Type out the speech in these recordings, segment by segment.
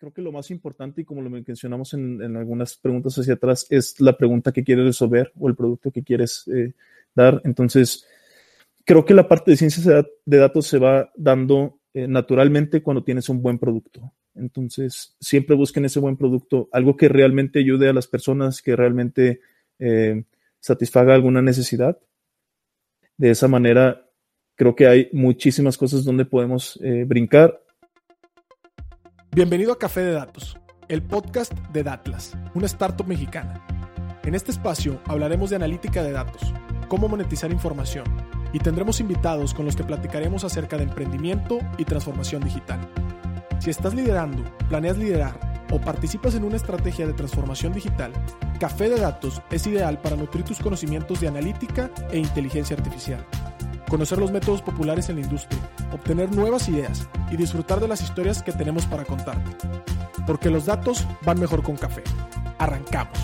creo que lo más importante, y como lo mencionamos en algunas preguntas hacia atrás, es la pregunta que quieres resolver o el producto que quieres dar. Entonces, creo que la parte de ciencias de datos se va dando naturalmente cuando tienes un buen producto. Entonces, siempre busquen ese buen producto, algo que realmente ayude a las personas, que realmente satisfaga alguna necesidad. De esa manera, creo que hay muchísimas cosas donde podemos brincar. Bienvenido a Café de Datos, el podcast de Datlas, una startup mexicana. En este espacio hablaremos de analítica de datos, cómo monetizar información, y tendremos invitados con los que platicaremos acerca de emprendimiento y transformación digital. Si estás liderando, planeas liderar o participas en una estrategia de transformación digital, Café de Datos es ideal para nutrir tus conocimientos de analítica e inteligencia artificial, conocer los métodos populares en la industria, obtener nuevas ideas y disfrutar de las historias que tenemos para contarte. Porque los datos van mejor con café. Arrancamos.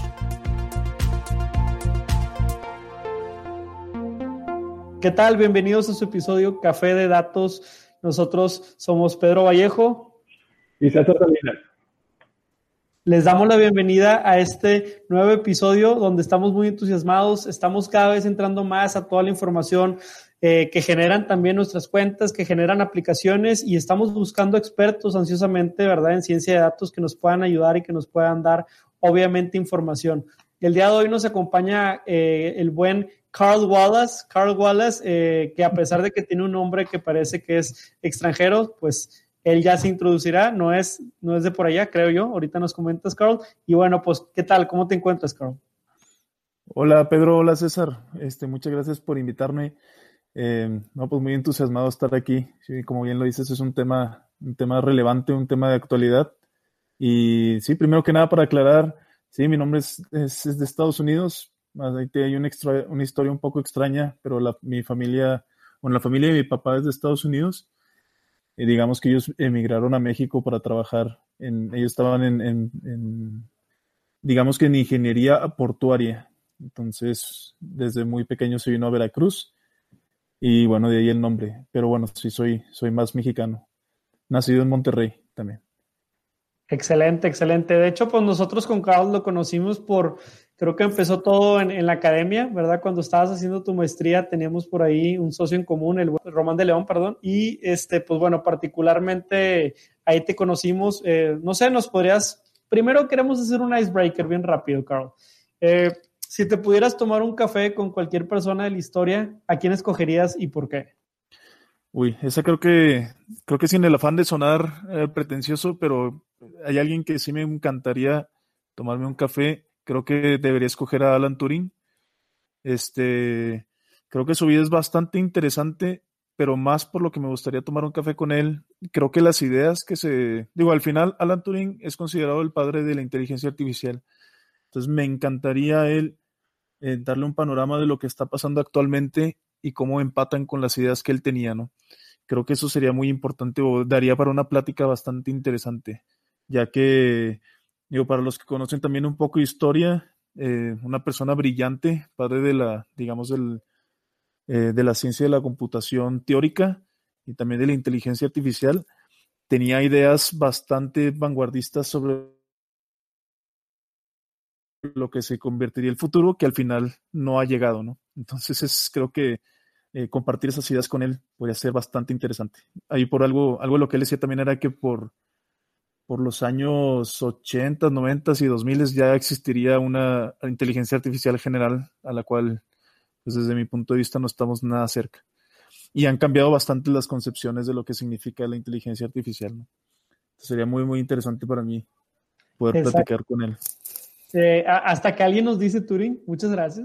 ¿Qué tal? Bienvenidos a su episodio Café de Datos. Nosotros somos Pedro Vallejo y César Salinas. Les damos la bienvenida a este nuevo episodio donde estamos muy entusiasmados. Estamos cada vez entrando más a toda la información que generan también nuestras cuentas, que generan aplicaciones, y estamos buscando expertos ansiosamente, ¿verdad?, en ciencia de datos que nos puedan ayudar y que nos puedan dar, obviamente, información. El día de hoy nos acompaña el buen Carl Wallace, que a pesar de que tiene un nombre que parece que es extranjero, pues él ya se introducirá, no es de por allá, creo yo. Ahorita nos comentas, Carl. Y bueno, pues, ¿qué tal? ¿Cómo te encuentras, Carl? Hola, Pedro. Hola, César. Muchas gracias por invitarme. Pues muy entusiasmado de estar aquí. Sí, como bien lo dices, es un tema relevante, un tema de actualidad. Y sí, primero que nada, para aclarar, sí, mi nombre es de Estados Unidos. Ahí hay una historia un poco extraña, pero la familia de mi papá es de Estados Unidos. Y digamos que ellos emigraron a México para trabajar. Ellos estaban digamos que en ingeniería portuaria. Entonces, desde muy pequeño se vino a Veracruz. Y bueno, de ahí el nombre. Pero bueno, sí, soy más mexicano. Nacido en Monterrey también. Excelente. De hecho, pues nosotros con Carl lo conocimos creo que empezó todo en la academia, ¿verdad? Cuando estabas haciendo tu maestría teníamos por ahí un socio en común, el Román de León, perdón. Y pues bueno, particularmente ahí te conocimos. No sé, primero queremos hacer un icebreaker bien rápido, Carl. Si te pudieras tomar un café con cualquier persona de la historia, ¿a quién escogerías y por qué? Uy, esa creo que sin el afán de sonar pretencioso, pero hay alguien que sí me encantaría tomarme un café. Creo que debería escoger a Alan Turing. Creo que su vida es bastante interesante, pero más por lo que me gustaría tomar un café con él. Creo que las ideas al final Alan Turing es considerado el padre de la inteligencia artificial. Entonces me encantaría él darle un panorama de lo que está pasando actualmente y cómo empatan con las ideas que él tenía, ¿no? Creo que eso sería muy importante o daría para una plática bastante interesante, ya que, para los que conocen también un poco de historia, una persona brillante, padre de la ciencia de la computación teórica y también de la inteligencia artificial, tenía ideas bastante vanguardistas sobre lo que se convertiría el futuro, que al final no ha llegado, ¿no? Entonces creo que compartir esas ideas con él podría ser bastante interesante. Ahí por algo de lo que él decía también era que por los años 80, 90 y 2000 ya existiría una inteligencia artificial general a la cual, pues desde mi punto de vista, no estamos nada cerca. Y han cambiado bastante las concepciones de lo que significa la inteligencia artificial, ¿no? Entonces sería muy, muy interesante para mí poder platicar con él. Hasta que alguien nos dice Turing, muchas gracias.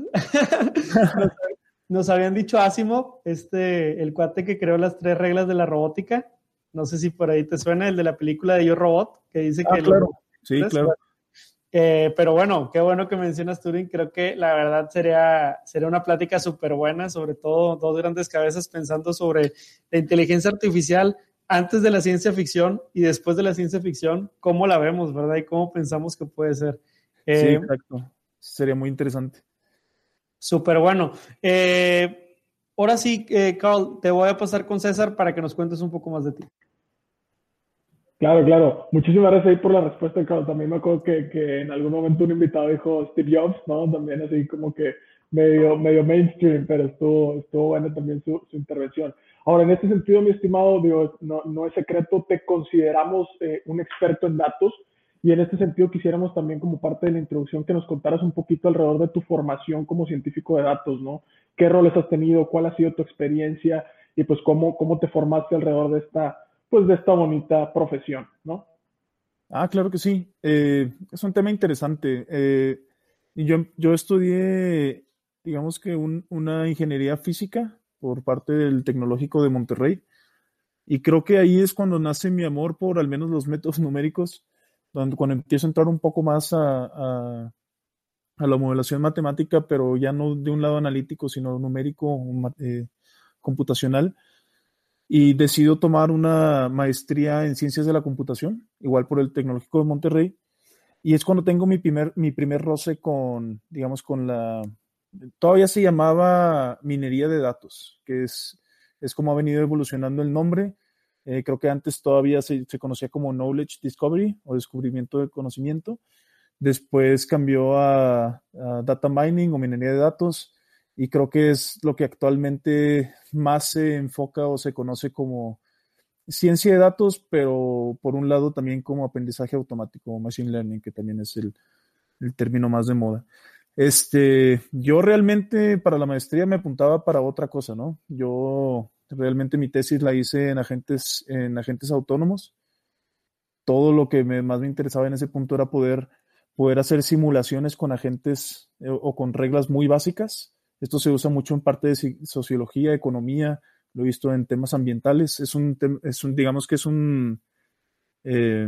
Nos habían dicho Asimov, el cuate que creó las 3 reglas de la robótica. No sé si por ahí te suena, el de la película de Yo Robot, que dice que... Claro. Sí, claro. Pero bueno, qué bueno que mencionas Turing. Creo que la verdad sería una plática súper buena, sobre todo 2 grandes cabezas pensando sobre la inteligencia artificial antes de la ciencia ficción y después de la ciencia ficción, cómo la vemos, ¿verdad? Y cómo pensamos que puede ser. Sí, exacto. Sería muy interesante. Súper bueno. Ahora sí, Carl, te voy a pasar con César para que nos cuentes un poco más de ti. Claro, claro. Muchísimas gracias ahí por la respuesta, Carlos. También me acuerdo que en algún momento un invitado dijo Steve Jobs, ¿no? También así como que medio mainstream, pero estuvo buena también su intervención. Ahora, en este sentido, mi estimado, digo, no es secreto, te consideramos un experto en datos y en este sentido quisiéramos también como parte de la introducción que nos contaras un poquito alrededor de tu formación como científico de datos, ¿no? ¿Qué roles has tenido? ¿Cuál ha sido tu experiencia? Y pues cómo te formaste alrededor de esta bonita profesión, ¿no? Ah, claro que sí. Es un tema interesante. Y yo estudié, digamos que una ingeniería física por parte del Tecnológico de Monterrey. Y creo que ahí es cuando nace mi amor por al menos los métodos numéricos, cuando empiezo a entrar un poco más a la modelación matemática, pero ya no de un lado analítico, sino numérico, computacional. Y decido tomar una maestría en ciencias de la computación, igual por el Tecnológico de Monterrey. Y es cuando tengo mi primer roce con, digamos, todavía se llamaba minería de datos, que es como ha venido evolucionando el nombre. Creo que antes todavía se conocía como Knowledge Discovery o descubrimiento del conocimiento. Después cambió a Data Mining o minería de datos y creo que es lo que actualmente más se enfoca o se conoce como ciencia de datos, pero por un lado también como aprendizaje automático o machine learning, que también es el término más de moda. Yo realmente para la maestría me apuntaba para otra cosa, ¿no? Yo realmente mi tesis la hice en agentes autónomos. Todo lo que más me interesaba en ese punto era poder hacer simulaciones con agentes o con reglas muy básicas. Esto se usa mucho en parte de sociología, economía, lo he visto en temas ambientales. Digamos que es eh,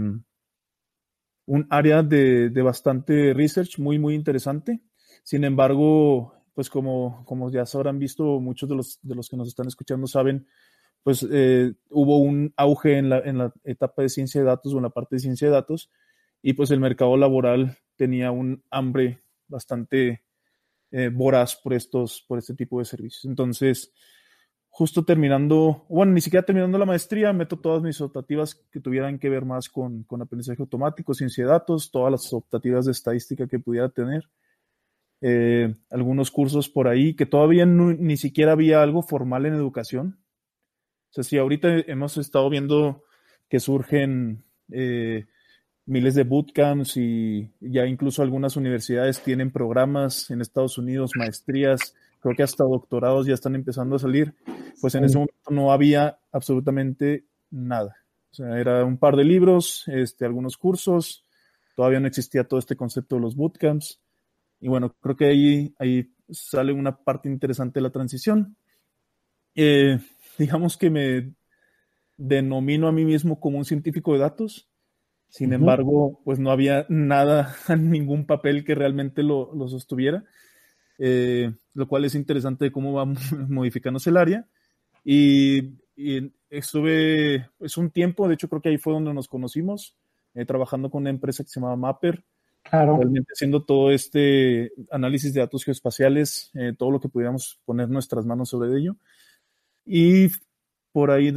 un área de bastante research muy, muy interesante. Sin embargo, pues como ya se habrán visto, muchos de los que nos están escuchando saben, pues hubo un auge en la etapa de ciencia de datos o en la parte de ciencia de datos y pues el mercado laboral tenía un hambre bastante voraz por este tipo de servicios. Entonces, justo ni siquiera terminando la maestría, meto todas mis optativas que tuvieran que ver más con aprendizaje automático, ciencia de datos, todas las optativas de estadística que pudiera tener. Algunos cursos por ahí que todavía ni siquiera había algo formal en educación. O sea, si ahorita hemos estado viendo que surgen miles de bootcamps y ya incluso algunas universidades tienen programas en Estados Unidos, maestrías, creo que hasta doctorados ya están empezando a salir, pues en ese momento no había absolutamente nada. O sea, era un par de libros, algunos cursos, todavía no existía todo este concepto de los bootcamps. Y bueno, creo que ahí sale una parte interesante de la transición. Digamos que me denomino a mí mismo como un científico de datos. Sin embargo, pues no había nada, ningún papel que realmente lo sostuviera, lo cual es interesante de cómo va modificándose el área. Y estuve pues, un tiempo, de hecho creo que ahí fue donde nos conocimos, trabajando con una empresa que se llamaba Mapper, Claro. realmente haciendo todo este análisis de datos geoespaciales, todo lo que pudiéramos poner nuestras manos sobre ello. Y por ahí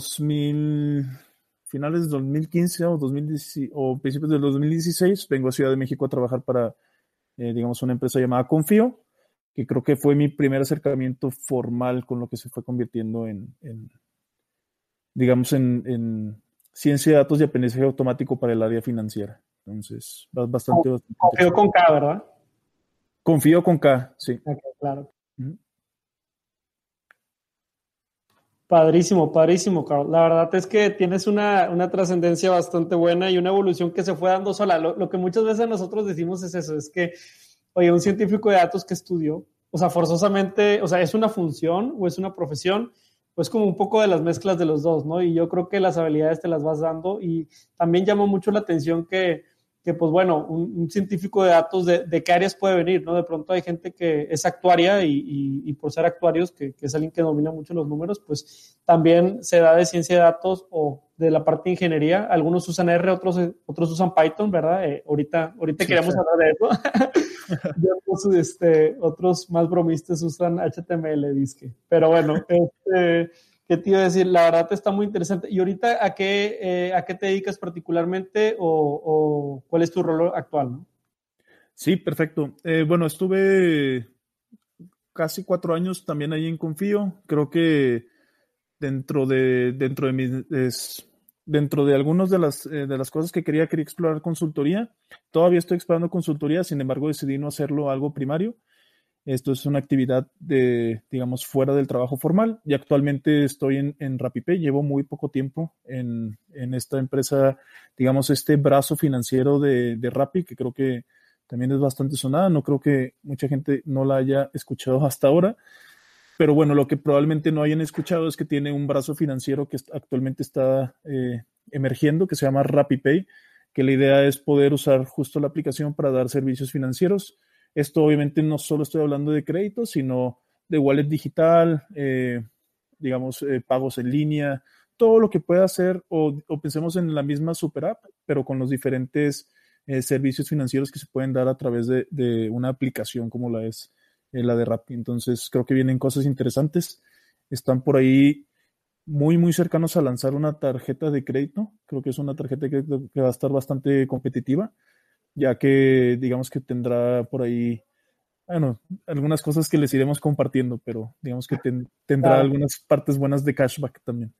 finales de 2015 o principios del 2016, vengo a Ciudad de México a trabajar para, digamos, una empresa llamada Confío, que creo que fue mi primer acercamiento formal con lo que se fue convirtiendo digamos, en ciencia de datos y aprendizaje automático para el área financiera. Entonces, bastante Confío con K, ¿verdad? Confío con K, sí. Okay, claro. Padrísimo, padrísimo, Carlos. La verdad es que tienes una trascendencia bastante buena y una evolución que se fue dando sola. Lo que muchas veces nosotros decimos es eso, es que, oye, un científico de datos que estudió, o sea, forzosamente, o sea, ¿es una función o es una profesión? Pues como un poco de las mezclas de los dos, ¿no? Y yo creo que las habilidades te las vas dando y también llama mucho la atención que pues bueno, un científico de datos de qué áreas puede venir, ¿no? De pronto hay gente que es actuaria y por ser actuarios, que es alguien que domina mucho los números, pues también se da de ciencia de datos o de la parte de ingeniería. Algunos usan R, otros usan Python, ¿verdad? Ahorita sí, queríamos hablar de eso. Otros más bromistas usan HTML, disque. Pero bueno, ¿Qué te iba a decir? La verdad está muy interesante. ¿Y ahorita a qué te dedicas particularmente o cuál es tu rol actual, ¿no? Sí, perfecto. Bueno, estuve casi 4 años también ahí en Confío. Creo que dentro de algunas de las cosas que quería explorar consultoría. Todavía estoy explorando consultoría, sin embargo decidí no hacerlo algo primario. Esto es una actividad digamos, fuera del trabajo formal, y actualmente estoy en RappiPay. Llevo muy poco tiempo en esta empresa, digamos, este brazo financiero de Rappi, que creo que también es bastante sonada. No creo que mucha gente no la haya escuchado hasta ahora, pero bueno, lo que probablemente no hayan escuchado es que tiene un brazo financiero que actualmente está emergiendo, que se llama RappiPay, que la idea es poder usar justo la aplicación para dar servicios financieros. Esto obviamente no solo estoy hablando de créditos, sino de wallet digital, digamos, pagos en línea, todo lo que pueda hacer, o pensemos en la misma super app, pero con los diferentes servicios financieros que se pueden dar a través de una aplicación como la de Rappi. Entonces creo que vienen cosas interesantes. Están por ahí muy, muy cercanos a lanzar una tarjeta de crédito. Creo que es una tarjeta de crédito que va a estar bastante competitiva, ya que digamos que tendrá por ahí, bueno, algunas cosas que les iremos compartiendo, pero digamos que tendrá Claro. algunas partes buenas de cashback también.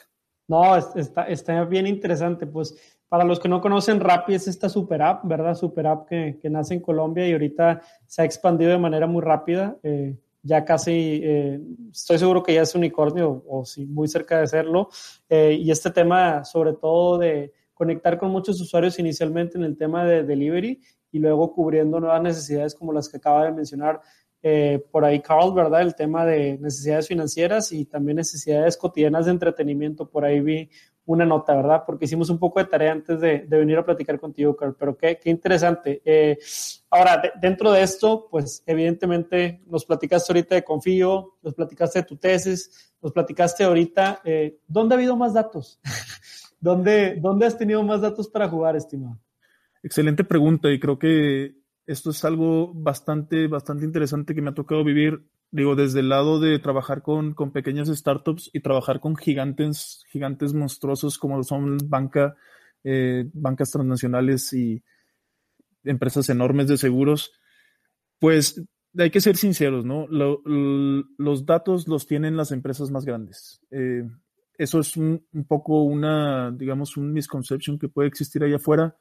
No, está bien interesante. Pues para los que no conocen, Rappi es esta super app, ¿verdad? Super app que nace en Colombia y ahorita se ha expandido de manera muy rápida. Ya casi, estoy seguro que ya es unicornio o sí, muy cerca de serlo. Y este tema, sobre todo de conectar con muchos usuarios inicialmente en el tema de delivery y luego cubriendo nuevas necesidades como las que acaba de mencionar por ahí Carl, ¿verdad? El tema de necesidades financieras y también necesidades cotidianas de entretenimiento. Por ahí vi una nota, ¿verdad? Porque hicimos un poco de tarea antes de venir a platicar contigo, Carl, pero qué interesante. Ahora, dentro de esto, pues evidentemente nos platicaste ahorita de Confío, nos platicaste de tu tesis, nos platicaste ahorita, ¿dónde ha habido más datos? ¿Dónde has tenido más datos para jugar, estimado? Excelente pregunta, y creo que esto es algo bastante, bastante interesante que me ha tocado vivir, digo, desde el lado de trabajar con pequeñas startups y trabajar con gigantes monstruosos como son bancas transnacionales y empresas enormes de seguros. Pues hay que ser sinceros, ¿no? Los datos los tienen las empresas más grandes. Eso es un poco digamos, un misconception que puede existir allá afuera.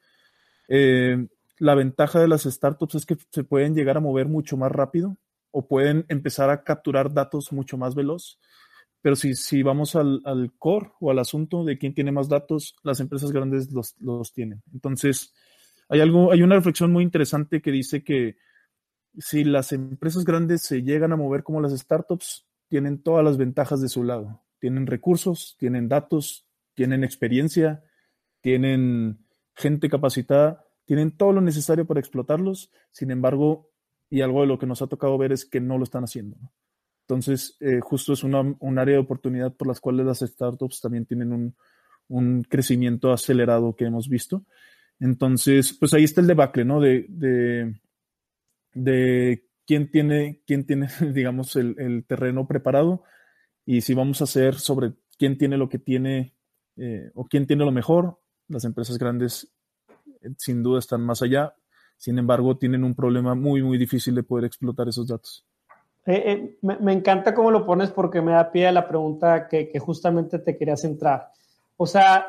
La ventaja de las startups es que se pueden llegar a mover mucho más rápido o pueden empezar a capturar datos mucho más veloz. Pero si vamos al core o al asunto de quién tiene más datos, las empresas grandes los tienen. Entonces, hay una reflexión muy interesante que dice que si las empresas grandes se llegan a mover como las startups, tienen todas las ventajas de su lado. Tienen recursos, tienen datos, tienen experiencia, tienen gente capacitada, tienen todo lo necesario para explotarlos. Sin embargo, y algo de lo que nos ha tocado ver es que no lo están haciendo, ¿no? Entonces, justo es un área de oportunidad por las cuales las startups también tienen un crecimiento acelerado que hemos visto. Entonces, pues ahí está el debacle, ¿no? De quién tiene, digamos, el terreno preparado, y si vamos a hacer sobre quién tiene lo que tiene o quién tiene lo mejor. Las empresas grandes sin duda están más allá. Sin embargo, tienen un problema muy, muy difícil de poder explotar esos datos. Me encanta cómo lo pones porque me da pie a la pregunta que justamente te quería centrar. O sea,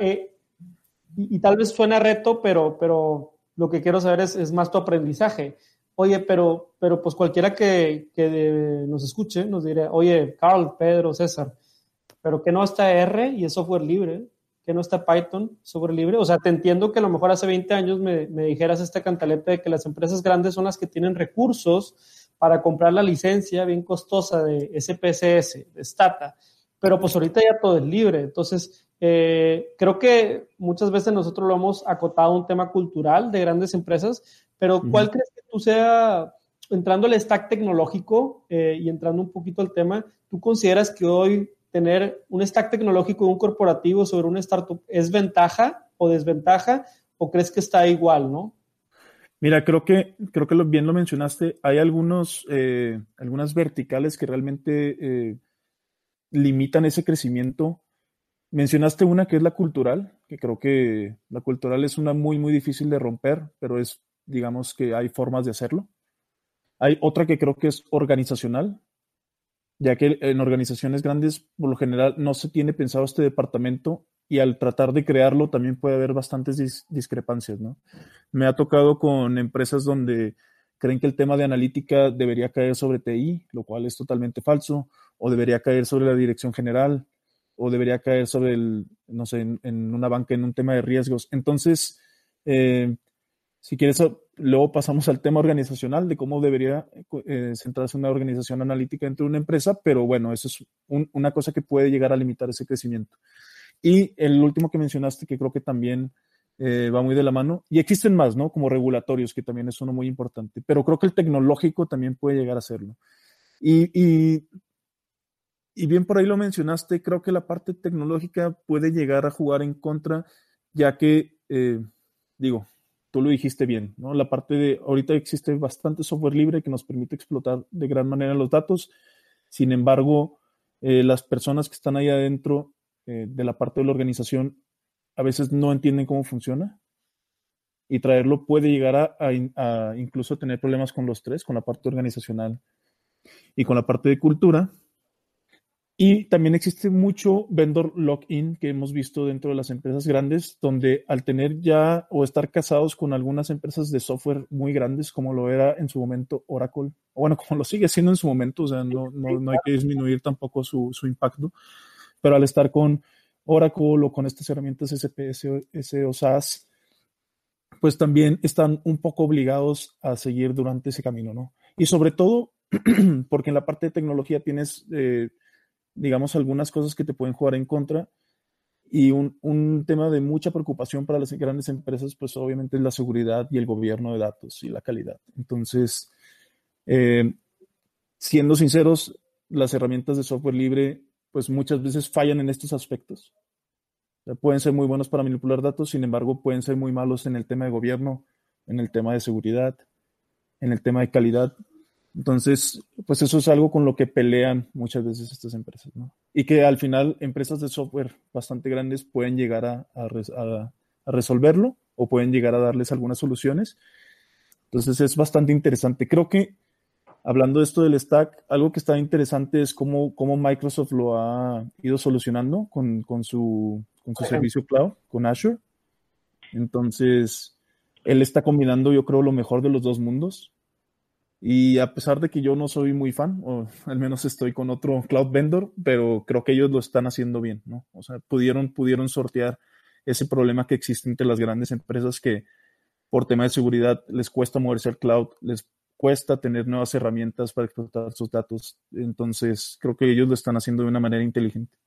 y tal vez suena reto, pero lo que quiero saber es más tu aprendizaje. Oye, pero pues cualquiera que nos escuche nos dirá, oye, Carl, Pedro, César, pero que no está R y es software libre, que no está Python, software libre. O sea, te entiendo que a lo mejor hace 20 años me dijeras esta cantaleta de que las empresas grandes son las que tienen recursos para comprar la licencia bien costosa de SPSS, de Stata, pero pues ahorita ya todo es libre. Entonces, creo que muchas veces nosotros lo hemos acotado a un tema cultural de grandes empresas, pero ¿cuál crees que tú sea, entrando al stack tecnológico y entrando un poquito al tema, tú consideras que hoy tener un stack tecnológico de un corporativo sobre una startup es ventaja o desventaja, o crees que está igual, ¿no? Mira, creo que bien lo mencionaste. Hay algunas verticales que realmente limitan ese crecimiento. Mencionaste una que es la cultural, que creo que la cultural es una muy, muy difícil de romper, pero digamos que hay formas de hacerlo. Hay otra que creo que es organizacional, ya que en organizaciones grandes, por lo general, no se tiene pensado este departamento y al tratar de crearlo también puede haber bastantes discrepancias, ¿no? Me ha tocado con empresas donde creen que el tema de analítica debería caer sobre TI, lo cual es totalmente falso, o debería caer sobre la dirección general, o debería caer sobre no sé, en una banca, en un tema de riesgos. Entonces, si quieres, luego pasamos al tema organizacional de cómo debería centrarse una organización analítica dentro de una empresa, pero bueno, eso es una cosa que puede llegar a limitar ese crecimiento. Y el último que mencionaste, que creo que también va muy de la mano, y existen más, ¿no? Como regulatorios, que también es uno muy importante, pero creo que el tecnológico también puede llegar a serlo. Y bien por ahí lo mencionaste, creo que la parte tecnológica puede llegar a jugar en contra, ya que, digo, tú lo dijiste bien, ¿no? La parte de, ahorita existe bastante software libre que nos permite explotar de gran manera los datos. Sin embargo, las personas que están ahí adentro de la parte de la organización a veces no entienden cómo funciona y traerlo puede llegar a incluso tener problemas con los tres, con la parte organizacional y con la parte de cultura. Y también existe mucho vendor lock-in que hemos visto dentro de las empresas grandes, donde al tener ya o estar casados con algunas empresas de software muy grandes, como lo era en su momento Oracle, o bueno, como lo sigue siendo en su momento, o sea, no hay que disminuir tampoco su impacto, pero al estar con Oracle o con estas herramientas SPS o SaaS, pues también están un poco obligados a seguir durante ese camino, ¿no? Y sobre todo, porque en la parte de tecnología tienes digamos, algunas cosas que te pueden jugar en contra. Y un tema de mucha preocupación para las grandes empresas, pues obviamente es la seguridad y el gobierno de datos y la calidad. Entonces, siendo sinceros, las herramientas de software libre, pues muchas veces fallan en estos aspectos. O sea, pueden ser muy buenos para manipular datos, sin embargo, pueden ser muy malos en el tema de gobierno, en el tema de seguridad, en el tema de calidad. Entonces, pues eso es algo con lo que pelean muchas veces estas empresas, ¿no? Y que al final empresas de software bastante grandes pueden llegar a resolverlo o pueden llegar a darles algunas soluciones. Entonces es bastante interesante. Creo que hablando de esto del stack, algo que está interesante es cómo Microsoft lo ha ido solucionando con su servicio cloud, con Azure. Entonces, él está combinando, yo creo, lo mejor de los dos mundos. Y a pesar de que yo no soy muy fan, o al menos estoy con otro cloud vendor, pero creo que ellos lo están haciendo bien, ¿no? O sea, pudieron sortear ese problema que existe entre las grandes empresas que por tema de seguridad les cuesta moverse al cloud, les cuesta tener nuevas herramientas para explotar sus datos. Entonces, creo que ellos lo están haciendo de una manera inteligente.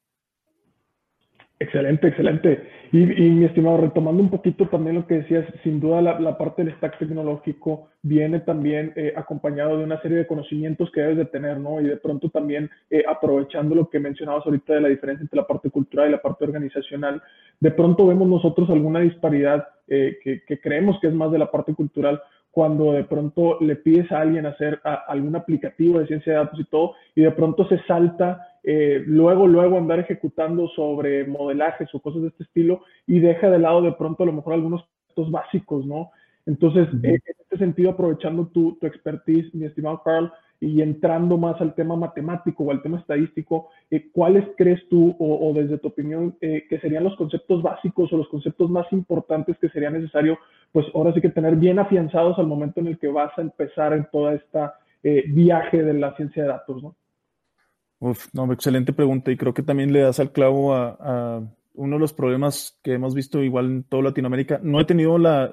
Excelente, excelente. Y mi estimado, retomando un poquito también lo que decías, sin duda la parte del stack tecnológico viene también acompañado de una serie de conocimientos que debes de tener, ¿no? Y de pronto también aprovechando lo que mencionabas ahorita de la diferencia entre la parte cultural y la parte organizacional, de pronto vemos nosotros alguna disparidad que creemos que es más de la parte cultural, cuando de pronto le pides a alguien hacer algún aplicativo de ciencia de datos y todo, y de pronto se salta luego andar ejecutando sobre modelajes o cosas de este estilo y deja de lado de pronto a lo mejor algunos conceptos básicos, ¿no? Entonces, en este sentido, aprovechando tu expertise, mi estimado Carl, y entrando más al tema matemático o al tema estadístico, ¿cuáles crees tú o desde tu opinión que serían los conceptos básicos o los conceptos más importantes que sería necesario, pues ahora sí que tener bien afianzados al momento en el que vas a empezar en toda esta viaje de la ciencia de datos, ¿no? No, excelente pregunta y creo que también le das al clavo a uno de los problemas que hemos visto igual en toda Latinoamérica. No he tenido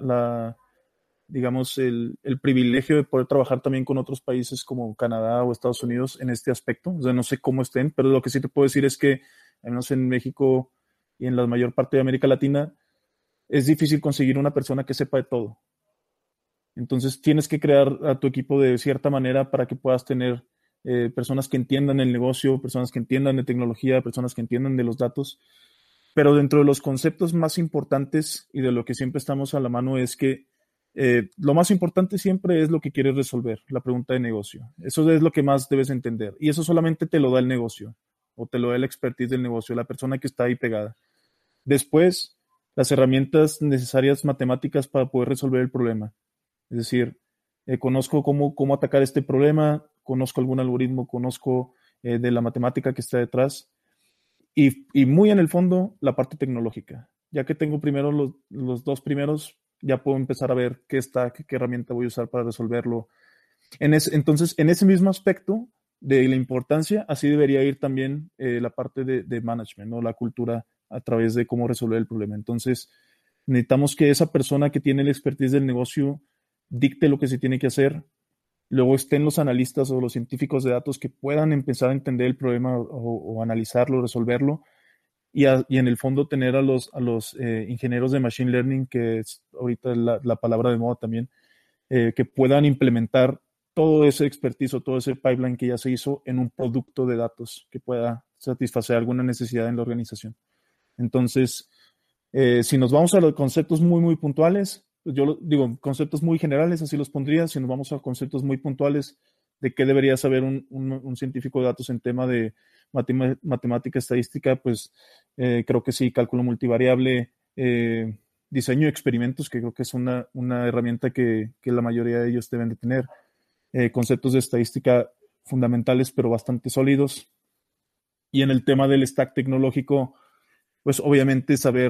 digamos, el privilegio de poder trabajar también con otros países como Canadá o Estados Unidos en este aspecto. O sea, no sé cómo estén, pero lo que sí te puedo decir es que, al menos en México y en la mayor parte de América Latina, es difícil conseguir una persona que sepa de todo. Entonces tienes que crear a tu equipo de cierta manera para que puedas tener personas que entiendan el negocio, personas que entiendan de tecnología, personas que entiendan de los datos. Pero dentro de los conceptos más importantes y de lo que siempre estamos a la mano es que lo más importante siempre es lo que quieres resolver, la pregunta de negocio. Eso es lo que más debes entender. Y eso solamente te lo da el negocio. o te lo da el expertise del negocio, la persona que está ahí pegada. Después, las herramientas necesarias matemáticas para poder resolver el problema. Es decir, conozco cómo atacar este problema, conozco algún algoritmo, conozco de la matemática que está detrás y muy en el fondo la parte tecnológica. Ya que tengo primero los dos primeros, ya puedo empezar a ver qué herramienta voy a usar para resolverlo. Entonces, en ese mismo aspecto de la importancia, así debería ir también la parte de management, ¿no? La cultura a través de cómo resolver el problema. Entonces, necesitamos que esa persona que tiene la expertise del negocio dicte lo que se tiene que hacer. Luego estén los analistas o los científicos de datos que puedan empezar a entender el problema o analizarlo, resolverlo. Y en el fondo tener a los ingenieros de Machine Learning, que es ahorita la palabra de moda también, que puedan implementar todo ese expertise o todo ese pipeline que ya se hizo en un producto de datos que pueda satisfacer alguna necesidad en la organización. Entonces, si nos vamos a los conceptos muy, muy puntuales, yo digo, conceptos muy generales, así los pondría. Si nos vamos a conceptos muy puntuales de qué debería saber un científico de datos en tema de matemática, estadística, pues creo que sí, cálculo multivariable, diseño de experimentos, que creo que es una herramienta que la mayoría de ellos deben de tener, conceptos de estadística fundamentales, pero bastante sólidos. Y en el tema del stack tecnológico, pues obviamente saber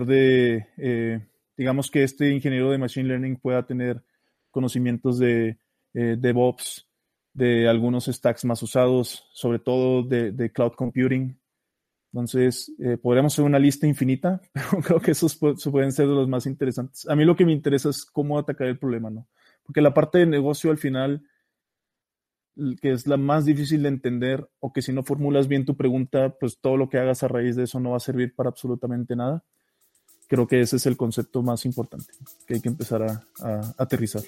digamos que este ingeniero de Machine Learning pueda tener conocimientos de DevOps, de algunos stacks más usados, sobre todo de Cloud Computing. Entonces, podríamos hacer una lista infinita, pero creo que esos pueden ser de los más interesantes. A mí lo que me interesa es cómo atacar el problema, ¿no? Porque la parte de negocio al final, que es la más difícil de entender, o que si no formulas bien tu pregunta, pues todo lo que hagas a raíz de eso no va a servir para absolutamente nada. Creo que ese es el concepto más importante que hay que empezar a aterrizar.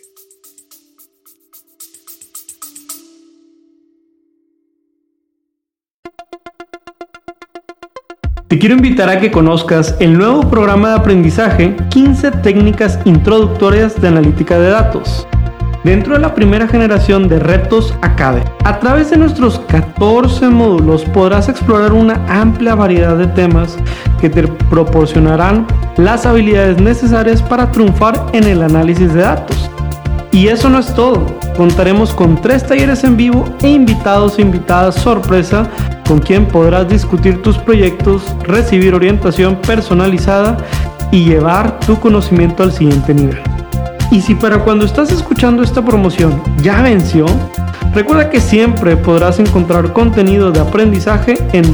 Te quiero invitar a que conozcas el nuevo programa de aprendizaje 15 técnicas introductorias de analítica de datos. Dentro de la primera generación de Retos Academy, a través de nuestros 14 módulos podrás explorar una amplia variedad de temas que te proporcionarán las habilidades necesarias para triunfar en el análisis de datos. Y eso no es todo, contaremos con 3 talleres en vivo e invitados e invitadas sorpresa con quien podrás discutir tus proyectos, recibir orientación personalizada y llevar tu conocimiento al siguiente nivel. Y si para cuando estás escuchando esta promoción ya venció, recuerda que siempre podrás encontrar contenido de aprendizaje en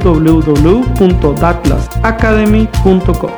www.datlasacademy.com.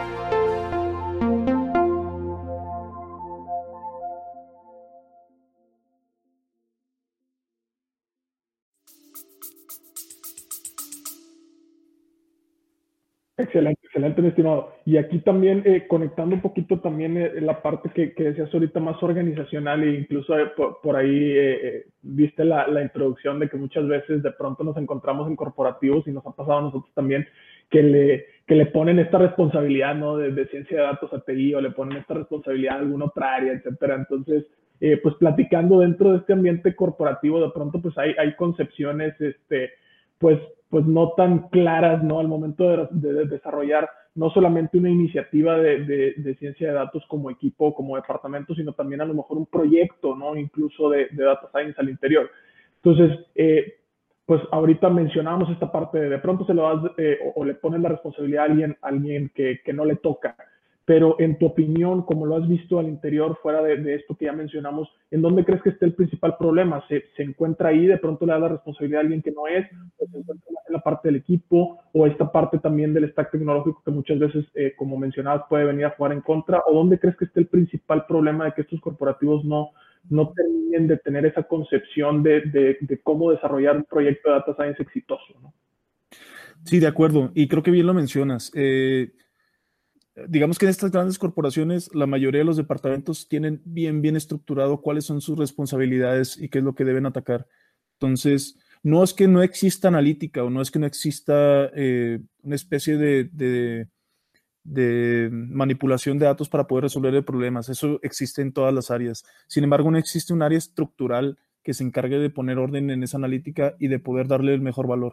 Excelente, mi estimado. Y aquí también, conectando un poquito también la parte que decías ahorita más organizacional, e incluso por ahí viste la introducción de que muchas veces de pronto nos encontramos en corporativos y nos ha pasado a nosotros también que le ponen esta responsabilidad, ¿no? de ciencia de datos a TI, o le ponen esta responsabilidad a alguna otra área, etcétera. Entonces, pues platicando dentro de este ambiente corporativo, de pronto pues hay concepciones, pues no tan claras, ¿no? Al momento de desarrollar no solamente una iniciativa de ciencia de datos como equipo, como departamento, sino también a lo mejor un proyecto, ¿no? Incluso de data science al interior. Entonces, pues ahorita mencionábamos esta parte de pronto se lo das o le ponen la responsabilidad a alguien que no le toca. Pero en tu opinión, como lo has visto al interior, fuera de esto que ya mencionamos, ¿en dónde crees que esté el principal problema? ¿Se encuentra ahí, de pronto le da la responsabilidad a alguien que no es? ¿O se encuentra en la parte del equipo? ¿O esta parte también del stack tecnológico que muchas veces, como mencionabas, puede venir a jugar en contra? ¿O dónde crees que esté el principal problema de que estos corporativos no terminen de tener esa concepción de cómo desarrollar un proyecto de data science exitoso, ¿no? Sí, de acuerdo. Y creo que bien lo mencionas. Digamos que en estas grandes corporaciones la mayoría de los departamentos tienen bien estructurado cuáles son sus responsabilidades y qué es lo que deben atacar. Entonces, no es que no exista analítica o no es que no exista una especie de manipulación de datos para poder resolver problemas. Eso existe en todas las áreas. Sin embargo, no existe un área estructural que se encargue de poner orden en esa analítica y de poder darle el mejor valor.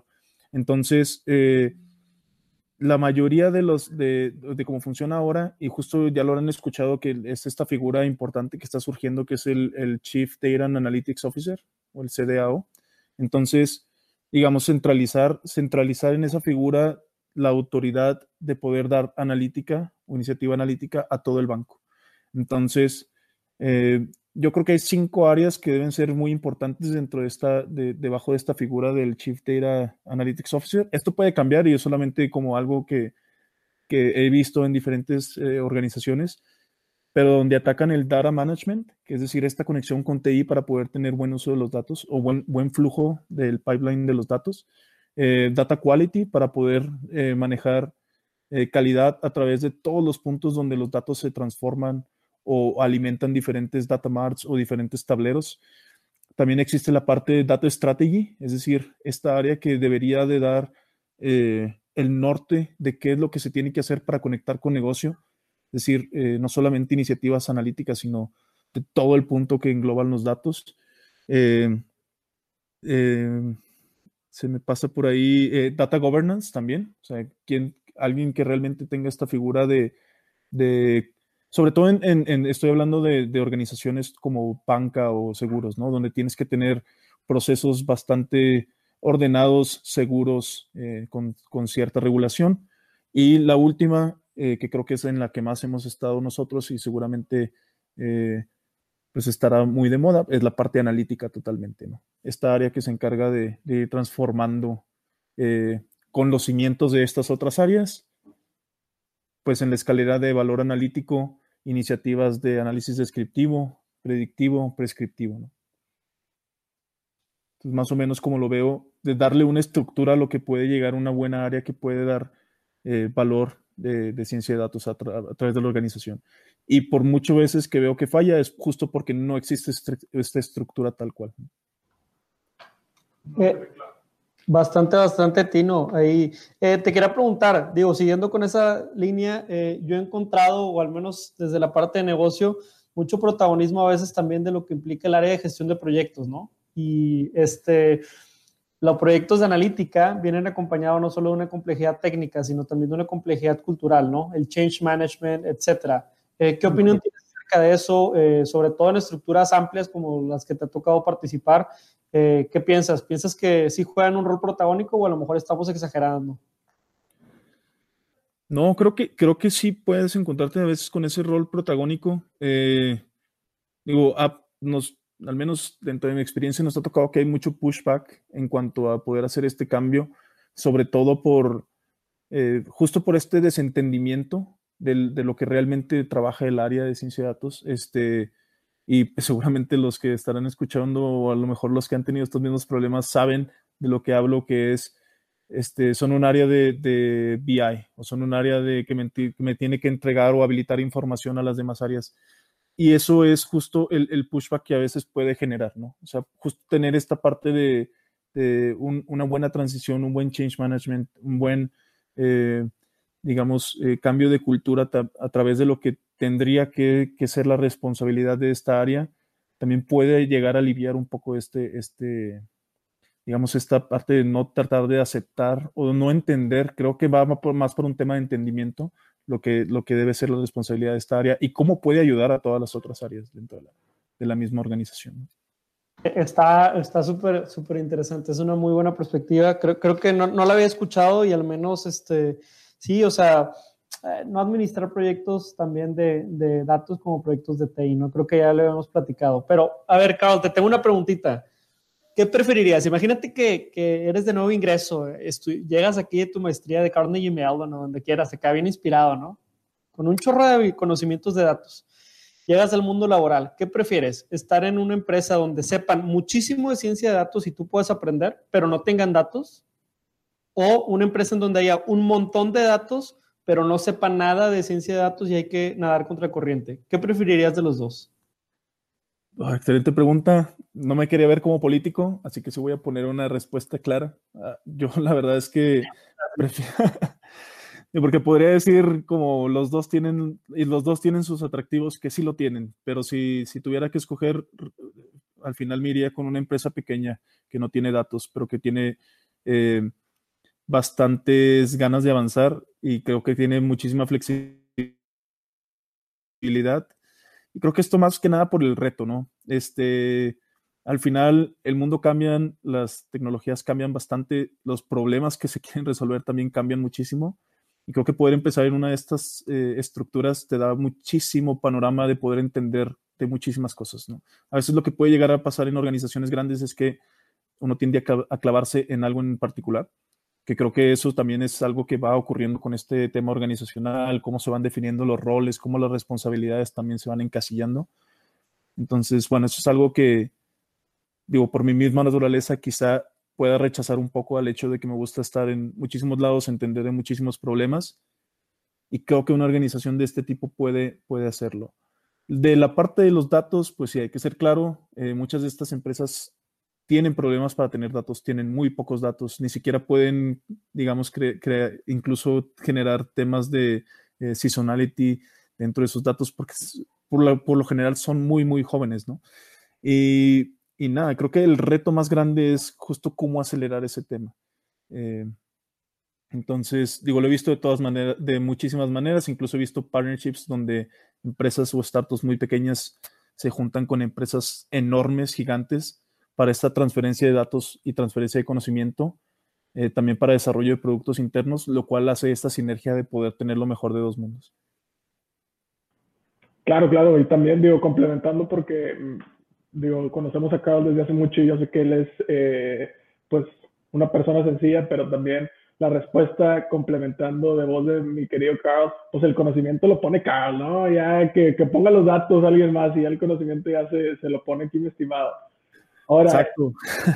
Entonces, la mayoría de cómo funciona ahora, y justo ya lo han escuchado, que es esta figura importante que está surgiendo, que es el Chief Data and Analytics Officer, o el CDAO. Entonces, digamos, centralizar en esa figura la autoridad de poder dar analítica o iniciativa analítica a todo el banco. Entonces, yo creo que hay 5 áreas que deben ser muy importantes dentro debajo de esta figura del Chief Data Analytics Officer. Esto puede cambiar y es solamente como algo que he visto en diferentes organizaciones, pero donde atacan el data management, que es decir, esta conexión con TI para poder tener buen uso de los datos o buen flujo del pipeline de los datos. Data quality para poder manejar calidad a través de todos los puntos donde los datos se transforman o alimentan diferentes data marts o diferentes tableros. También existe la parte de data strategy, es decir, esta área que debería de dar el norte de qué es lo que se tiene que hacer para conectar con negocio. Es decir, no solamente iniciativas analíticas, sino de todo el punto que engloban los datos. Se me pasa por ahí data governance también, o sea, alguien que realmente tenga esta figura de sobre todo estoy hablando de organizaciones como banca o seguros, ¿no? Donde tienes que tener procesos bastante ordenados, seguros, con cierta regulación. Y la última, que creo que es en la que más hemos estado nosotros y seguramente pues estará muy de moda, es la parte analítica totalmente, ¿no? Esta área que se encarga de ir transformando con los cimientos de estas otras áreas, pues en la escalera de valor analítico, iniciativas de análisis descriptivo, predictivo, prescriptivo, ¿no? Entonces, más o menos como lo veo, de darle una estructura a lo que puede llegar a una buena área que puede dar valor de ciencia de datos a través de la organización. Y por muchas veces que veo que falla es justo porque no existe esta estructura tal cual. Bastante Tino. Ahí te quería preguntar, digo, siguiendo con esa línea, yo he encontrado, o al menos desde la parte de negocio, mucho protagonismo a veces también de lo que implica el área de gestión de proyectos, ¿no? Y los proyectos de analítica vienen acompañados no solo de una complejidad técnica, sino también de una complejidad cultural, ¿no? El change management, etcétera. ¿Qué opinión tienes acerca de eso, sobre todo en estructuras amplias como las que te ha tocado participar? ¿Qué piensas? ¿Piensas que sí juegan un rol protagónico o a lo mejor estamos exagerando? No, creo que sí puedes encontrarte a veces con ese rol protagónico. Digo, al menos dentro de mi experiencia nos ha tocado que hay mucho pushback en cuanto a poder hacer este cambio, sobre todo justo por este desentendimiento de lo que realmente trabaja el área de ciencia de datos. Y pues, seguramente los que estarán escuchando o a lo mejor los que han tenido estos mismos problemas saben de lo que hablo, que es, son un área de BI o son un área que me tiene que entregar o habilitar información a las demás áreas. Y eso es justo el pushback que a veces puede generar, ¿no? O sea, justo tener esta parte de una buena transición, un buen change management, un buen, digamos, cambio de cultura a través de lo que tendría que ser la responsabilidad de esta área, también puede llegar a aliviar un poco digamos, esta parte de no tratar de aceptar o no entender. Creo que va más por un tema de entendimiento lo que debe ser la responsabilidad de esta área y cómo puede ayudar a todas las otras áreas dentro de la misma organización. Está súper interesante, es una muy buena perspectiva. Creo que no la había escuchado y al menos, sí, o sea, no administrar proyectos también de datos como proyectos de TI, ¿no? Creo que ya lo habíamos platicado. Pero, a ver, Carlos, te tengo una preguntita. ¿Qué preferirías? Imagínate que eres de nuevo ingreso, llegas aquí de tu maestría de Carnegie Mellon o donde quieras, acá bien inspirado, ¿no? Con un chorro de conocimientos de datos. Llegas al mundo laboral. ¿Qué prefieres? ¿Estar en una empresa donde sepan muchísimo de ciencia de datos y tú puedes aprender, pero no tengan datos? ¿O una empresa en donde haya un montón de datos, pero no sepan nada de ciencia de datos y hay que nadar contra corriente? ¿Qué preferirías de los dos? Excelente pregunta. No me quería ver como político, así que sí voy a poner una respuesta clara. Yo la verdad es que prefiero, porque podría decir como los dos tienen sus atractivos, que sí lo tienen, pero si tuviera que escoger, al final me iría con una empresa pequeña que no tiene datos, pero que tiene bastantes ganas de avanzar y creo que tiene muchísima flexibilidad. Y creo que esto más que nada por el reto, ¿no? Al final el mundo cambia, las tecnologías cambian bastante, los problemas que se quieren resolver también cambian muchísimo. Y creo que poder empezar en una de estas estructuras te da muchísimo panorama de poder entender de muchísimas cosas, ¿no? A veces lo que puede llegar a pasar en organizaciones grandes es que uno tiende a clavarse en algo en particular, que creo que eso también es algo que va ocurriendo con este tema organizacional, cómo se van definiendo los roles, cómo las responsabilidades también se van encasillando. Entonces, bueno, eso es algo que, digo, por mi misma naturaleza quizá pueda rechazar un poco al hecho de que me gusta estar en muchísimos lados, entender de muchísimos problemas, y creo que una organización de este tipo puede hacerlo. De la parte de los datos, pues sí, hay que ser claro, muchas de estas empresas tienen problemas para tener datos, tienen muy pocos datos, ni siquiera pueden, digamos, incluso generar temas de seasonality dentro de sus datos, porque por lo general son muy, muy jóvenes, ¿no? Y nada, creo que el reto más grande es justo cómo acelerar ese tema. Entonces, digo, lo he visto de todas maneras, de muchísimas maneras, incluso he visto partnerships donde empresas o startups muy pequeñas se juntan con empresas enormes, gigantes, para esta transferencia de datos y transferencia de conocimiento, también para desarrollo de productos internos, lo cual hace esta sinergia de poder tener lo mejor de dos mundos. Claro, claro, y también digo, complementando porque digo, conocemos a Carl desde hace mucho y yo sé que él es pues una persona sencilla, pero también la respuesta complementando de voz de mi querido Carl, pues el conocimiento lo pone Carl, ¿no? Ya que ponga los datos alguien más y ya el conocimiento ya se lo pone aquí mi estimado. Ahora, exacto.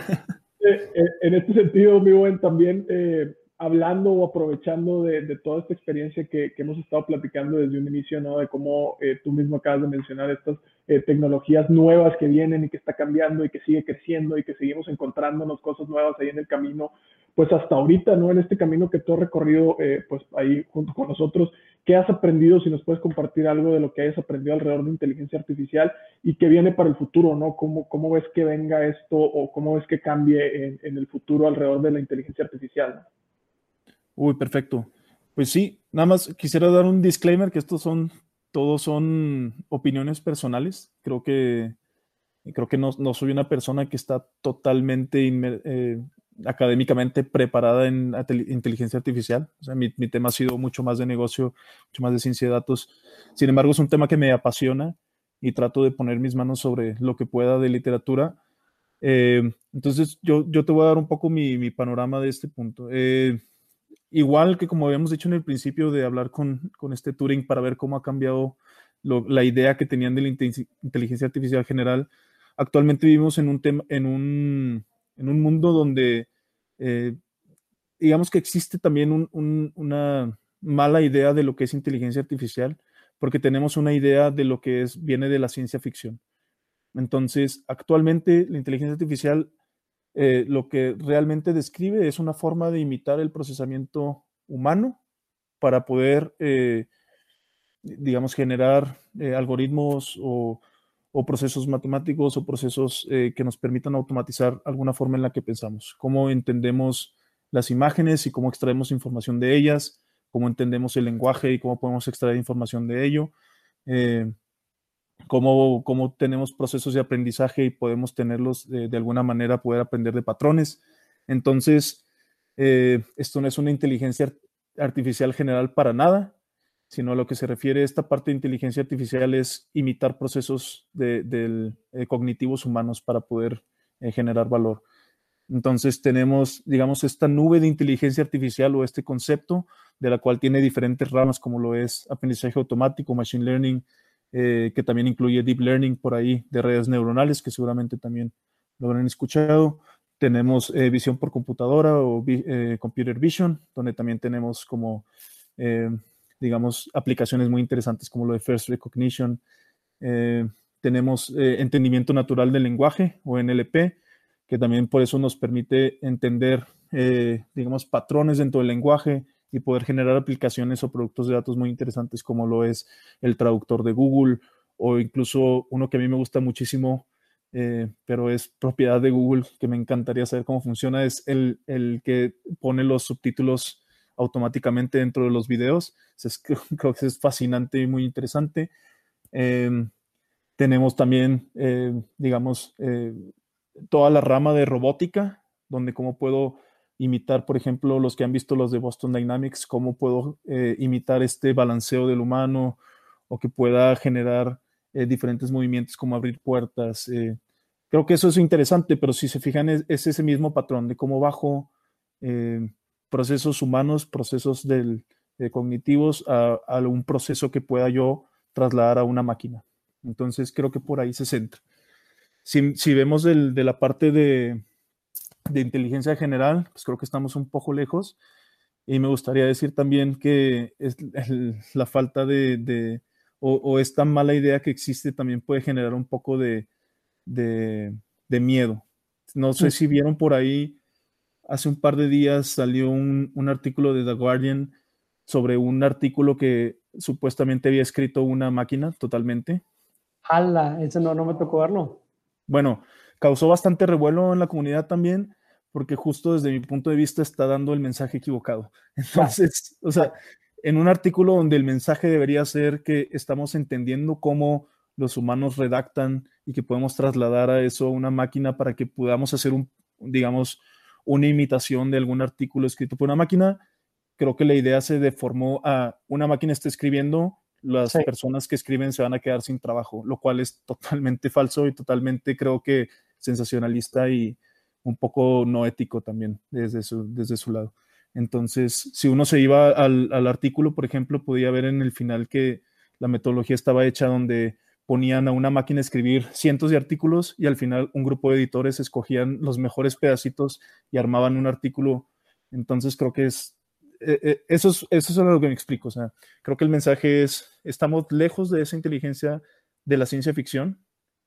En este sentido, mi buen, también hablando o aprovechando de toda esta experiencia que hemos estado platicando desde un inicio, ¿no? De cómo tú mismo acabas de mencionar estas tecnologías nuevas que vienen y que está cambiando y que sigue creciendo y que seguimos encontrándonos cosas nuevas ahí en el camino, pues hasta ahorita, ¿no? En este camino que tú has recorrido, pues ahí junto con nosotros, ¿qué has aprendido? Si nos puedes compartir algo de lo que hayas aprendido alrededor de inteligencia artificial y qué viene para el futuro, ¿no? ¿Cómo ves que venga esto o cómo ves que cambie en el futuro alrededor de la inteligencia artificial, ¿no? Uy, perfecto. Pues sí, nada más quisiera dar un disclaimer que todos son opiniones personales. Creo que no soy una persona que está totalmente académicamente preparada en inteligencia artificial. O sea, mi tema ha sido mucho más de negocio, mucho más de ciencia de datos. Sin embargo, es un tema que me apasiona y trato de poner mis manos sobre lo que pueda de literatura. Entonces, yo te voy a dar un poco mi panorama de este punto. Igual que como habíamos dicho en el principio de hablar con este Turing para ver cómo ha cambiado la idea que tenían de la inteligencia artificial general, actualmente vivimos en un mundo donde digamos que existe también una mala idea de lo que es inteligencia artificial, porque tenemos una idea de lo que viene de la ciencia ficción. Entonces, actualmente la inteligencia artificial lo que realmente describe es una forma de imitar el procesamiento humano para poder, digamos, generar algoritmos o procesos matemáticos o procesos que nos permitan automatizar alguna forma en la que pensamos, cómo entendemos las imágenes y cómo extraemos información de ellas, cómo entendemos el lenguaje y cómo podemos extraer información de ello. Cómo tenemos procesos de aprendizaje y podemos tenerlos de alguna manera, poder aprender de patrones. Entonces, esto no es una inteligencia artificial general para nada, sino a lo que se refiere a esta parte de inteligencia artificial es imitar procesos cognitivos humanos para poder generar valor. Entonces tenemos, digamos, esta nube de inteligencia artificial o este concepto de la cual tiene diferentes ramas como lo es aprendizaje automático, machine learning, que también incluye deep learning por ahí de redes neuronales, que seguramente también lo habrán escuchado. Tenemos visión por computadora o computer vision, donde también tenemos como, digamos, aplicaciones muy interesantes como lo de first recognition. Tenemos entendimiento natural del lenguaje o NLP, que también por eso nos permite entender, digamos, patrones dentro del lenguaje y poder generar aplicaciones o productos de datos muy interesantes como lo es el traductor de Google o incluso uno que a mí me gusta muchísimo pero es propiedad de Google, que me encantaría saber cómo funciona. Es el que pone los subtítulos automáticamente dentro de los videos. Creo que es fascinante y muy interesante. Tenemos también, digamos, toda la rama de robótica, donde cómo puedo imitar, por ejemplo, los que han visto los de Boston Dynamics, cómo puedo imitar este balanceo del humano o que pueda generar diferentes movimientos como abrir puertas. Creo que eso es interesante, pero si se fijan es ese mismo patrón de cómo bajo procesos humanos, procesos cognitivos a un proceso que pueda yo trasladar a una máquina. Entonces creo que por ahí se centra. Si vemos de la parte de inteligencia general, pues creo que estamos un poco lejos. Y me gustaría decir también que la falta o esta mala idea que existe también puede generar un poco de miedo. No sé si vieron por ahí, hace un par de días salió un artículo de The Guardian sobre un artículo que supuestamente había escrito una máquina totalmente. ¡Hala! Ese no me tocó verlo. Bueno, causó bastante revuelo en la comunidad también, porque justo desde mi punto de vista está dando el mensaje equivocado. Entonces, o sea, en un artículo donde el mensaje debería ser que estamos entendiendo cómo los humanos redactan y que podemos trasladar a eso a una máquina para que podamos hacer digamos, una imitación de algún artículo escrito por una máquina, creo que la idea se deformó a una máquina está escribiendo, las personas que escriben se van a quedar sin trabajo, lo cual es totalmente falso y totalmente creo que sensacionalista y un poco no ético también desde su lado. Entonces, si uno se iba al artículo, por ejemplo, podía ver en el final que la metodología estaba hecha donde ponían a una máquina a escribir cientos de artículos y al final un grupo de editores escogían los mejores pedacitos y armaban un artículo. Entonces, creo que eso es lo que me explico. O sea, creo que el mensaje es, estamos lejos de esa inteligencia de la ciencia ficción.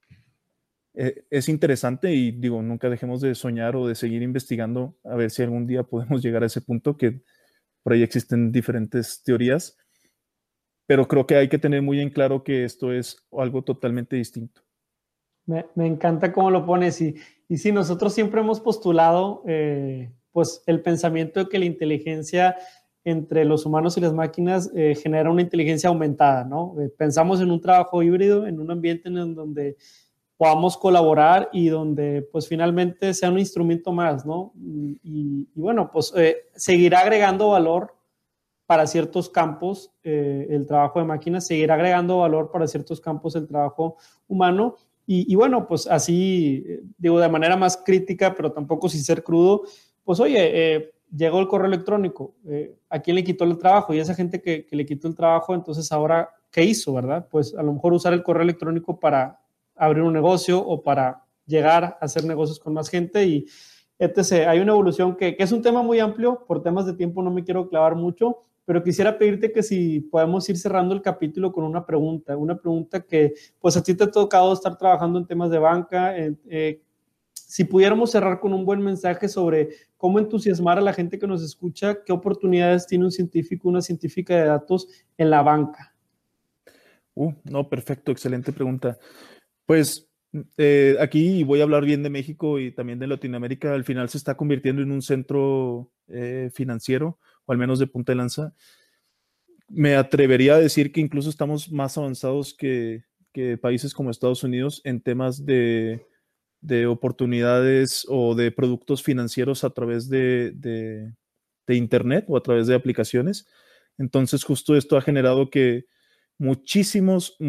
Es interesante y digo, nunca dejemos de soñar o de seguir investigando a ver si algún día podemos llegar a ese punto, que por ahí existen diferentes teorías, pero creo que hay que tener muy en claro que esto es algo totalmente distinto. Me encanta cómo lo pones y sí, nosotros siempre hemos postulado pues el pensamiento de que la inteligencia entre los humanos y las máquinas genera una inteligencia aumentada, ¿no? Pensamos en un trabajo híbrido, en un ambiente en donde podamos colaborar y donde pues finalmente sea un instrumento más, ¿no? Y bueno, pues seguirá agregando valor para ciertos campos el trabajo de máquinas, seguirá agregando valor para ciertos campos el trabajo humano. Y bueno, pues así, digo, de manera más crítica, pero tampoco sin ser crudo, pues oye, llegó el correo electrónico, ¿a quién le quitó el trabajo? Y esa gente que le quitó el trabajo, entonces ahora, ¿qué hizo, verdad? Pues a lo mejor usar el correo electrónico para abrir un negocio o para llegar a hacer negocios con más gente y etc. Hay una evolución que es un tema muy amplio, por temas de tiempo no me quiero clavar mucho, pero quisiera pedirte que si podemos ir cerrando el capítulo con una pregunta que pues a ti te ha tocado estar trabajando en temas de banca, si pudiéramos cerrar con un buen mensaje sobre cómo entusiasmar a la gente que nos escucha, qué oportunidades tiene un científico, una científica de datos en la banca. No, perfecto, excelente pregunta. Pues aquí voy a hablar bien de México y también de Latinoamérica. Al final se está convirtiendo en un centro financiero, o al menos de punta de lanza. Me atrevería a decir que incluso estamos más avanzados que países como Estados Unidos en temas de oportunidades o de productos financieros a través de Internet o a través de aplicaciones. Entonces, justo esto ha generado que muchísimos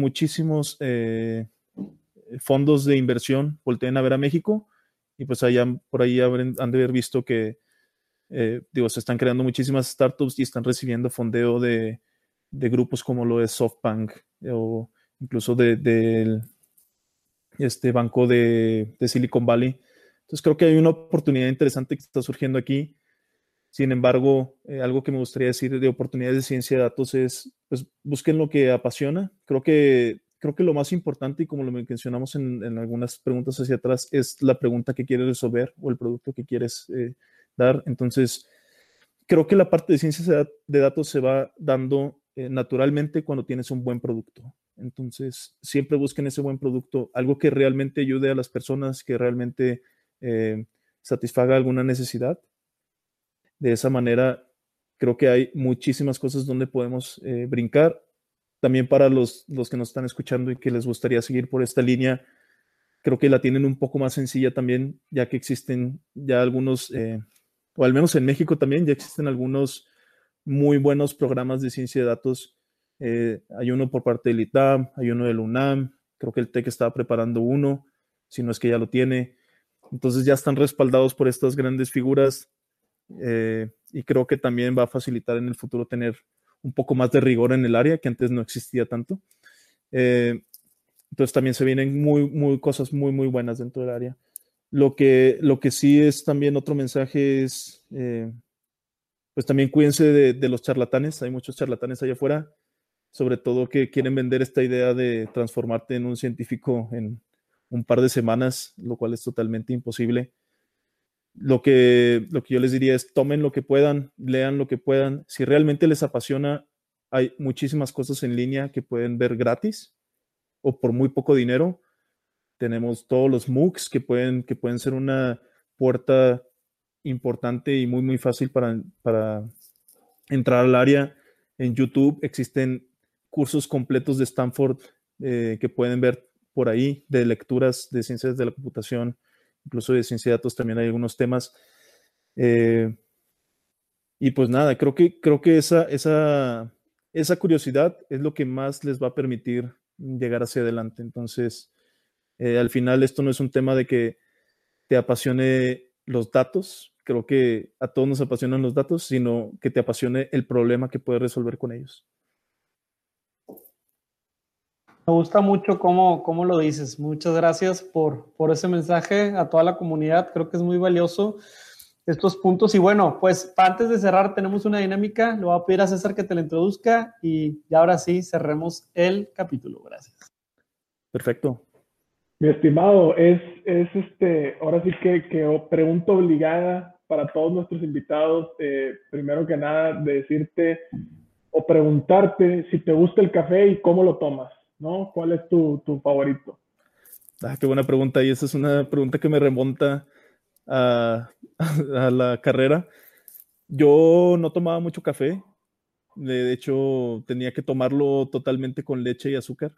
fondos de inversión volteen a ver a México y pues por ahí han de haber visto que se están creando muchísimas startups y están recibiendo fondeo de grupos como lo de SoftBank o incluso del banco de Silicon Valley. Entonces creo que hay una oportunidad interesante que está surgiendo aquí. Sin embargo, algo que me gustaría decir de oportunidades de ciencia de datos es, pues, busquen lo que apasiona. Creo que lo más importante, y como lo mencionamos en algunas preguntas hacia atrás, es la pregunta que quieres resolver o el producto que quieres dar. Entonces, creo que la parte de ciencias de datos se va dando naturalmente cuando tienes un buen producto. Entonces, siempre busquen ese buen producto, algo que realmente ayude a las personas, que realmente satisfaga alguna necesidad. De esa manera, creo que hay muchísimas cosas donde podemos brincar. También para los que nos están escuchando y que les gustaría seguir por esta línea, creo que la tienen un poco más sencilla también, ya que existen ya algunos, o al menos en México también, ya existen algunos muy buenos programas de ciencia de datos. Hay uno por parte del ITAM, hay uno del UNAM, creo que el TEC estaba preparando uno, si no es que ya lo tiene. Entonces ya están respaldados por estas grandes figuras y creo que también va a facilitar en el futuro tener un poco más de rigor en el área, que antes no existía tanto. Entonces también se vienen cosas muy buenas dentro del área. Lo que sí es también otro mensaje es, pues también cuídense de los charlatanes. Hay muchos charlatanes allá afuera, sobre todo que quieren vender esta idea de transformarte en un científico en un par de semanas, lo cual es totalmente imposible. Lo que yo les diría es tomen lo que puedan, lean lo que puedan. Si realmente les apasiona, hay muchísimas cosas en línea que pueden ver gratis o por muy poco dinero. Tenemos todos los MOOCs que pueden ser una puerta importante y muy fácil para entrar al área. En YouTube existen cursos completos de Stanford que pueden ver por ahí, de lecturas de ciencias de la computación, incluso de ciencia de datos también hay algunos temas. Y pues nada, creo que esa curiosidad es lo que más les va a permitir llegar hacia adelante. Entonces, al final esto no es un tema de que te apasione los datos, creo que a todos nos apasionan los datos, sino que te apasione el problema que puedes resolver con ellos. Me gusta mucho cómo lo dices. Muchas gracias por ese mensaje a toda la comunidad. Creo que es muy valioso estos puntos. Y bueno, pues antes de cerrar tenemos una dinámica. Le voy a pedir a César que te la introduzca y ya ahora sí cerremos el capítulo. Gracias. Perfecto. Mi estimado, ahora sí que pregunta obligada para todos nuestros invitados. Primero que nada, de decirte o preguntarte si te gusta el café y cómo lo tomas, ¿no? ¿Cuál es tu favorito? Qué buena pregunta. Y esa es una pregunta que me remonta a la carrera. Yo no tomaba mucho café. De hecho, tenía que tomarlo totalmente con leche y azúcar.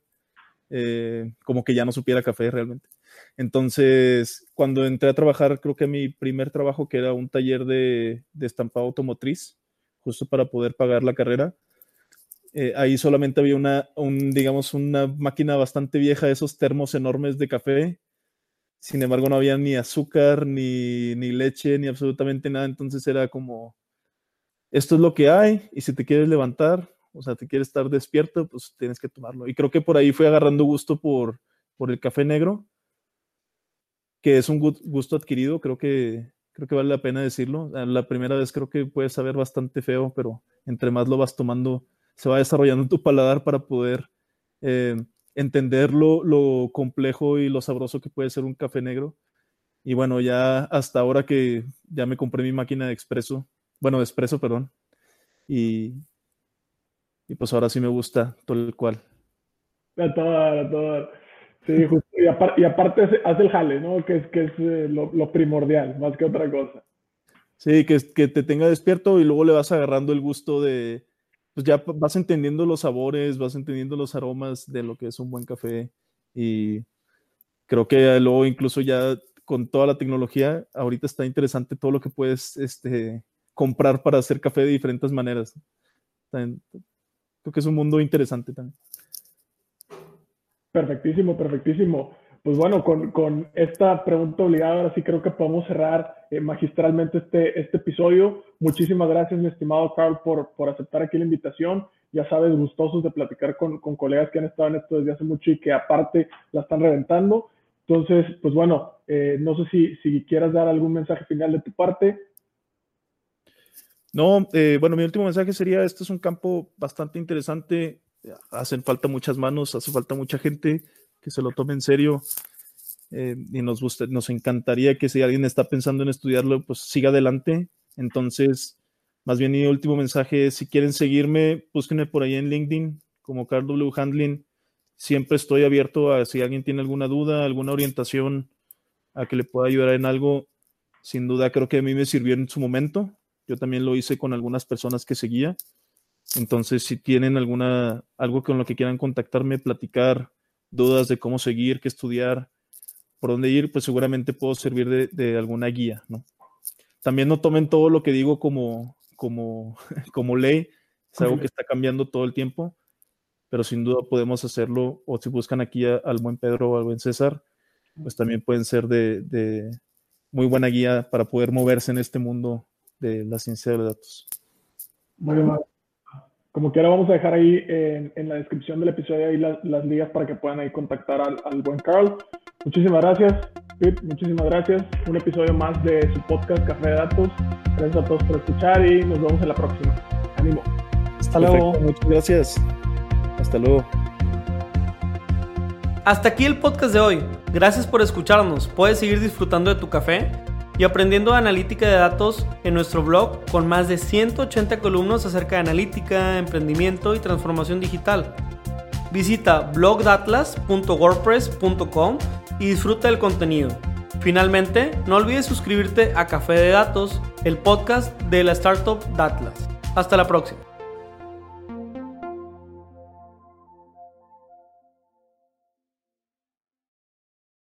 Como que ya no supiera café realmente. Entonces, cuando entré a trabajar, creo que mi primer trabajo, que era un taller de estampado automotriz, justo para poder pagar la carrera, ahí solamente había digamos, una máquina bastante vieja, esos termos enormes de café. Sin embargo, no había ni azúcar, ni leche, ni absolutamente nada. Entonces era como, esto es lo que hay, y si te quieres levantar, o sea, te quieres estar despierto, pues tienes que tomarlo. Y creo que por ahí fui agarrando gusto por el café negro, que es un gusto adquirido, creo que vale la pena decirlo. La primera vez creo que puede saber bastante feo, pero entre más lo vas tomando, se va desarrollando tu paladar para poder entender lo complejo y lo sabroso que puede ser un café negro. Y bueno, ya hasta ahora que ya me compré mi máquina de espresso, perdón, y pues ahora sí me gusta todo el cual. A toda. Sí, justo. Y aparte hace el jale, ¿no? Que es lo primordial, más que otra cosa. Sí, que te tenga despierto y luego le vas agarrando el gusto de, pues ya vas entendiendo los sabores, vas entendiendo los aromas de lo que es un buen café. Y creo que luego incluso ya con toda la tecnología, ahorita está interesante todo lo que puedes comprar para hacer café de diferentes maneras. También, creo que es un mundo interesante también. Perfectísimo. Pues bueno, con esta pregunta obligada, ahora sí creo que podemos cerrar magistralmente este episodio. Muchísimas gracias, mi estimado Carl, por aceptar aquí la invitación. Ya sabes, gustosos de platicar con colegas que han estado en esto desde hace mucho y que aparte la están reventando. Entonces, pues bueno, no sé si quieras dar algún mensaje final de tu parte. No, bueno, mi último mensaje sería, este es un campo bastante interesante. Hacen falta muchas manos, hace falta mucha gente que se lo tome en serio, y nos encantaría que si alguien está pensando en estudiarlo, pues siga adelante. Entonces, más bien mi último mensaje es, si quieren seguirme, búsquenme por ahí en LinkedIn como Carl W. Handlin. siempre estoy abierto a si alguien tiene alguna duda, alguna orientación a que le pueda ayudar en algo. Sin duda creo que a mí me sirvió en su momento. Yo también lo hice con algunas personas que seguía. Entonces, si tienen algo con lo que quieran contactarme, platicar, dudas de cómo seguir, qué estudiar, por dónde ir, pues seguramente puedo servir de alguna guía, ¿no? También no tomen todo lo que digo como ley. Es algo que está cambiando todo el tiempo, pero sin duda podemos hacerlo. O si buscan aquí al buen Pedro o al buen César, pues también pueden ser de muy buena guía para poder moverse en este mundo de la ciencia de los datos. Muy bien. Como quiera, vamos a dejar ahí en la descripción del episodio ahí las ligas para que puedan ahí contactar al buen Carl. Muchísimas gracias, Pete, muchísimas gracias. Un episodio más de su podcast Café de Datos. Gracias a todos por escuchar y nos vemos en la próxima. ¡Ánimo! Hasta luego. Muchas gracias. Hasta luego. Hasta aquí el podcast de hoy. Gracias por escucharnos. Puedes seguir disfrutando de tu café y aprendiendo analítica de datos en nuestro blog con más de 180 columnas acerca de analítica, emprendimiento y transformación digital. Visita blogdatlas.wordpress.com y disfruta del contenido. Finalmente, no olvides suscribirte a Café de Datos, el podcast de la startup Datlas. Hasta la próxima.